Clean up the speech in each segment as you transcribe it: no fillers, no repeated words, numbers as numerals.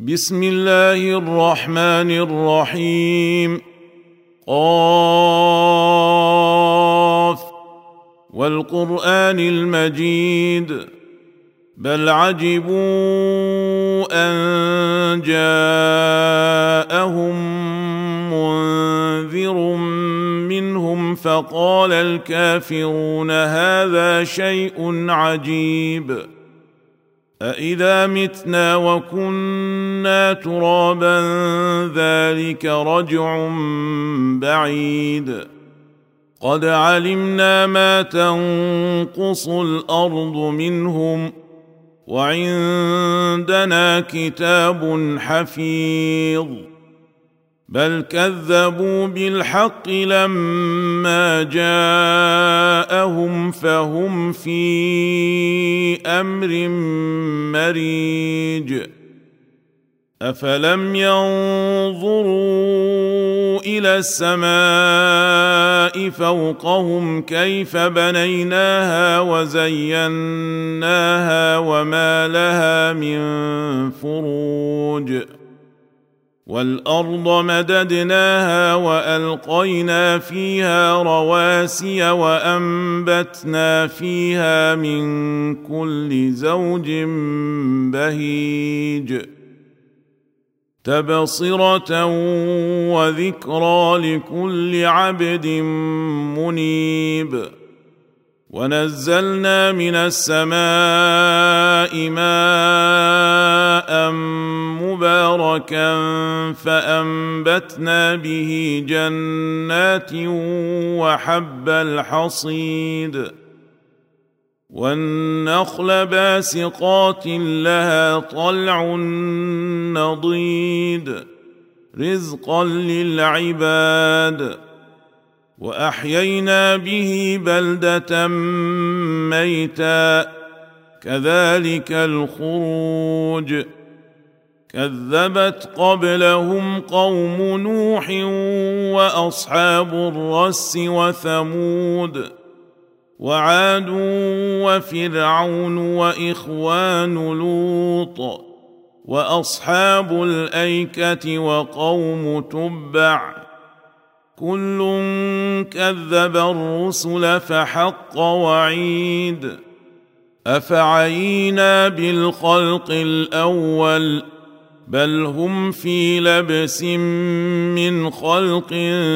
بسم الله الرحمن الرحيم. قاف والقرآن المجيد بل عجبوا أن جاءهم منذر منهم فقال الكافرون هذا شيء عجيب أإذا متنا وكنا ترابا ذلك رجع بعيد قد علمنا ما تنقص الأرض منهم وعندنا كتاب حفيظ بل كذبوا بالحق لما جاءهم فهم في أمر مريج أفلم ينظروا إلى السماء فوقهم كيف بنيناها وزيناها وما لها من فروج والأرض مددناها وألقينا فيها رواسي وأنبتنا فيها من كل زوج بهيج تبصرة وذكرى لكل عبد منيب ونزلنا من السماء ماء مباركا فأنبتنا به جنات وحب الحصيد والنخل باسقات لها طلع نضيد رزقا للعباد وأحيينا به بلدة ميتا كذلك الخروج كذبت قبلهم قوم نوح وأصحاب الرس وثمود وعاد وفرعون وإخوان لوط وأصحاب الأيكة وقوم تبع كل كذب الرسل فحق وعيد أفعينا بالخلق الأول بل هم في لبس من خلق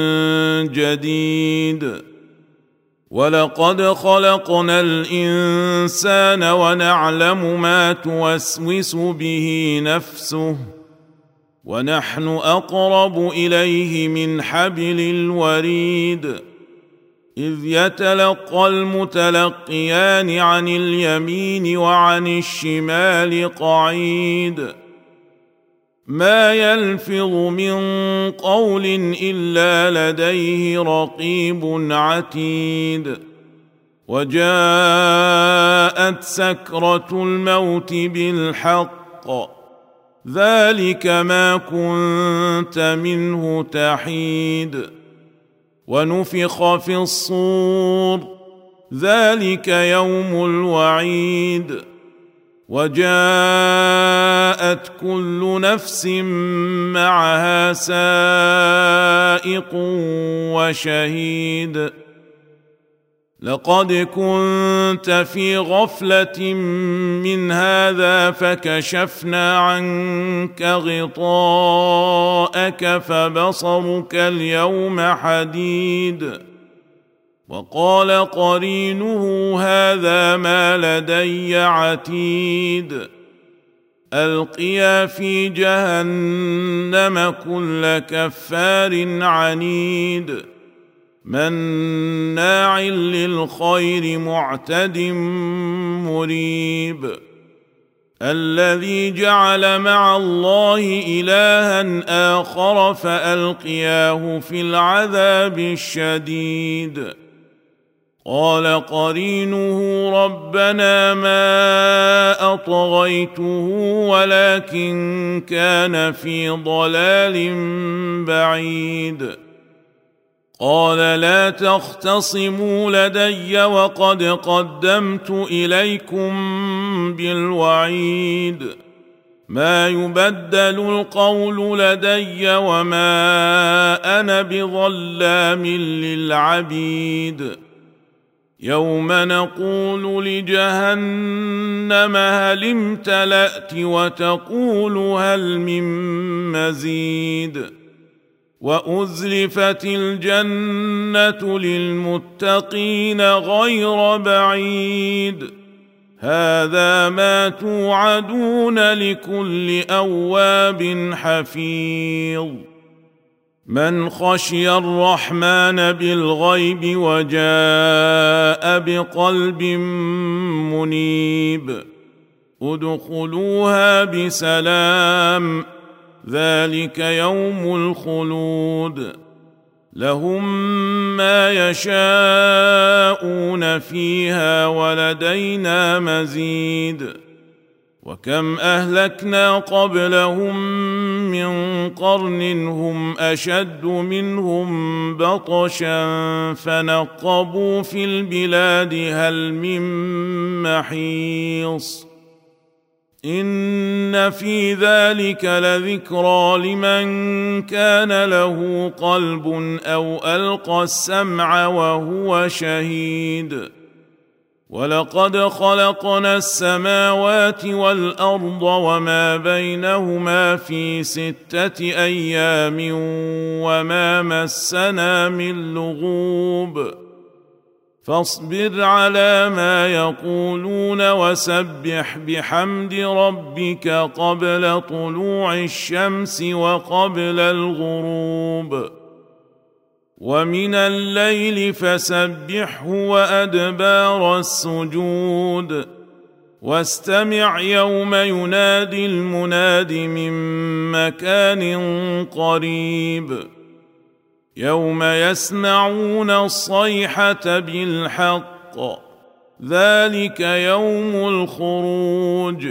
جديد ولقد خلقنا الإنسان ونعلم ما توسوس به نفسه ونحن أقرب إليه من حبل الوريد إذ يتلقى المتلقيان عن اليمين وعن الشمال قعيد ما يلفظ من قول إلا لديه رقيب عتيد وجاءت سكرة الموت بالحق ذلك ما كنت منه تحيد ونفخ في الصور ذلك يوم الوعيد وجاءت كل نفس معها سائق وشهيد لقد كنت في غفلة من هذا فكشفنا عنك غطاءك فبصرك اليوم حديد وقال قرينه هذا ما لدي عتيد ألقيا في جهنم كل كفار عنيد مناع للخير معتد مريب الذي جعل مع الله إلها آخر فألقياه في العذاب الشديد قال قرينه ربنا ما أطغيته ولكن كان في ضلال بعيد قال لا تختصموا لدي وقد قدمت إليكم بالوعيد ما يبدل القول لدي وما انا بظلام للعبيد يوم نقول لجهنم هل امتلأت وتقول هل من مزيد وأزلفت الجنة للمتقين غير بعيد هذا ما توعدون لكل أواب حفيظ من خشي الرحمن بالغيب وجاء بقلب منيب ادخلوها بسلام ذلك يوم الخلود لهم ما يشاءون فيها ولدينا مزيد وكم أهلكنا قبلهم من قرن هم أشد منهم بطشا فنقبوا في البلاد هل من محيص إن في ذلك لذكرى لمن كان له قلب أو ألقى السمع وهو شهيد ولقد خلقنا السماوات والأرض وما بينهما في 6 أيام وما مسنا من لغوب فاصبر على ما يقولون وسبح بحمد ربك قبل طلوع الشمس وقبل الغروب ومن الليل فسبحه وأدبار السجود واستمع يوم ينادي المناد من مكان قريب يوم يسمعون الصيحة بالحق ذلك يوم الخروج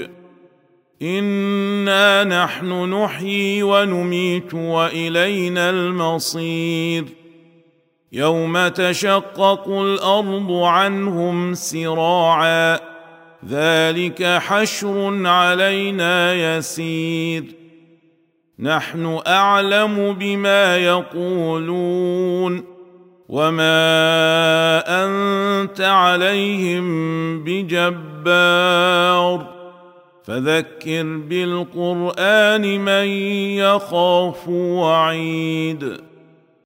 إنا نحن نحيي ونميت وإلينا المصير يوم تشقق الأرض عنهم سراعا ذلك حشر علينا يسير نحن أعلم بما يقولون وما أنت عليهم بجبار فذكر بالقرآن من يخاف وعيد